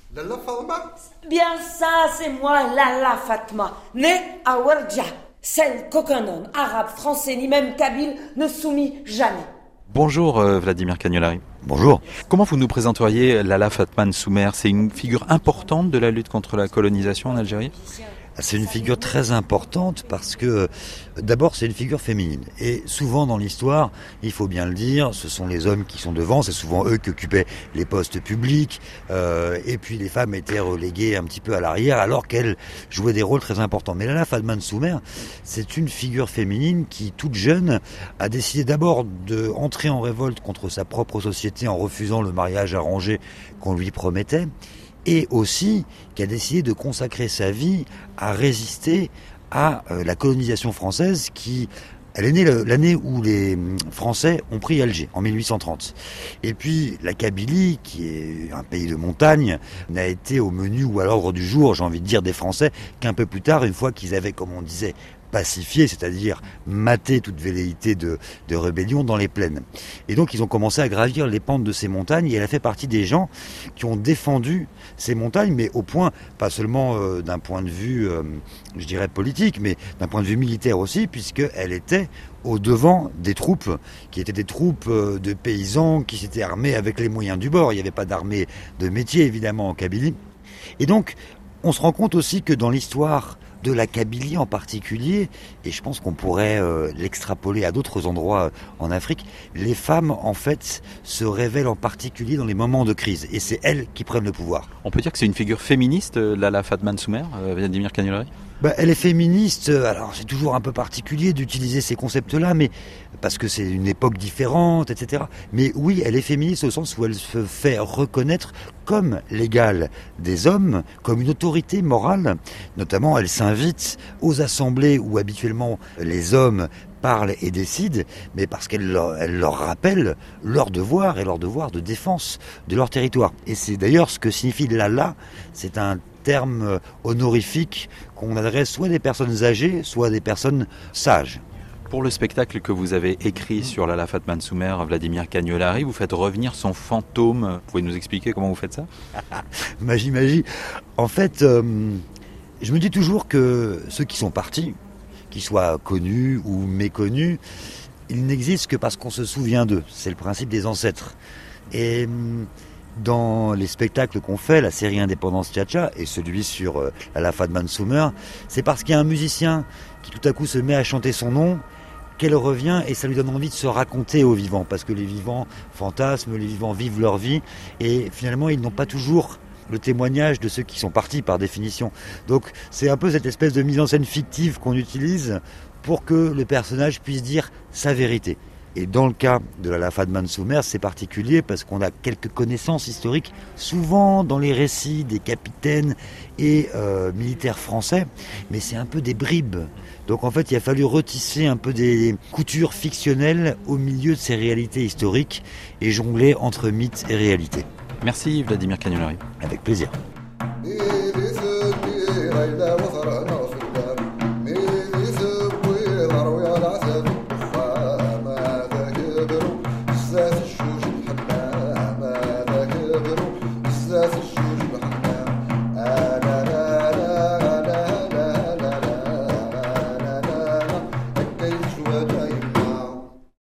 Lalla Fatma? Bien ça, c'est moi, Lalla Fatma, née à Ouarja, celle qu'aucun homme, arabe, français, ni même kabyle, ne soumit jamais. Bonjour Vladimir Cagnolari. Bonjour. Comment vous nous présenteriez Lalla Fatma Soumer? C'est une figure importante de la lutte contre la colonisation en Algérie? C'est une figure très importante parce que d'abord c'est une figure féminine et souvent dans l'histoire, il faut bien le dire, ce sont les hommes qui sont devant, c'est souvent eux qui occupaient les postes publics et puis les femmes étaient reléguées un petit peu à l'arrière alors qu'elles jouaient des rôles très importants. Mais Lalla Fatma Soumer, c'est une figure féminine qui toute jeune a décidé d'abord de entrer en révolte contre sa propre société en refusant le mariage arrangé qu'on lui promettait. Et aussi qui a décidé de consacrer sa vie à résister à la colonisation française elle est née l'année où les Français ont pris Alger, en 1830. Et puis la Kabylie, qui est un pays de montagne, n'a été au menu ou à l'ordre du jour, j'ai envie de dire, des Français, qu'un peu plus tard, une fois qu'ils avaient, comme on disait, pacifié, c'est-à-dire mater toute velléité de rébellion dans les plaines. Et donc ils ont commencé à gravir les pentes de ces montagnes et elle a fait partie des gens qui ont défendu ces montagnes, mais au point, pas seulement d'un point de vue, je dirais politique, mais d'un point de vue militaire aussi, puisqu'elle était au devant des troupes, qui étaient des troupes de paysans qui s'étaient armés avec les moyens du bord. Il n'y avait pas d'armée de métier, évidemment, en Kabylie. Et donc, on se rend compte aussi que dans l'histoire de la Kabylie en particulier, et je pense qu'on pourrait l'extrapoler à d'autres endroits en Afrique, les femmes en fait se révèlent en particulier dans les moments de crise, et c'est elles qui prennent le pouvoir. On peut dire que c'est une figure féministe, Lalla Fatma Soumer, Vladimir Cagnolari? Elle est féministe, alors c'est toujours un peu particulier d'utiliser ces concepts-là, mais parce que c'est une époque différente, etc. Mais oui, elle est féministe au sens où elle se fait reconnaître comme l'égale des hommes, comme une autorité morale. Notamment, elle s'invite aux assemblées où habituellement les hommes parlent et décident, mais parce qu'elle leur rappelle leur devoir et leur devoir de défense de leur territoire. Et c'est d'ailleurs ce que signifie Lalla, c'est un terme honorifique qu'on adresse soit à des personnes âgées, soit à des personnes sages. Pour le spectacle que vous avez écrit sur Lalla Fatma Soumer, Vladimir Cagnolari, vous faites revenir son fantôme. Vous pouvez nous expliquer comment vous faites ça? Magie. En fait, je me dis toujours que ceux qui sont partis, qu'ils soient connus ou méconnus, ils n'existent que parce qu'on se souvient d'eux. C'est le principe des ancêtres. Et dans les spectacles qu'on fait, la série Indépendance Tcha-Tcha et celui sur Lalla Fatma Soumer, c'est parce qu'il y a un musicien qui tout à coup se met à chanter son nom qu'elle revient et ça lui donne envie de se raconter aux vivants, parce que les vivants fantasment, les vivants vivent leur vie et finalement ils n'ont pas toujours le témoignage de ceux qui sont partis par définition. Donc c'est un peu cette espèce de mise en scène fictive qu'on utilise pour que le personnage puisse dire sa vérité. Et dans le cas de Lalla Fatma Soumer, c'est particulier parce qu'on a quelques connaissances historiques, souvent dans les récits des capitaines et militaires français, mais c'est un peu des bribes. Donc en fait, il a fallu retisser un peu des coutures fictionnelles au milieu de ces réalités historiques et jongler entre mythes et réalité. Merci Vladimir Cagnolari. Avec plaisir.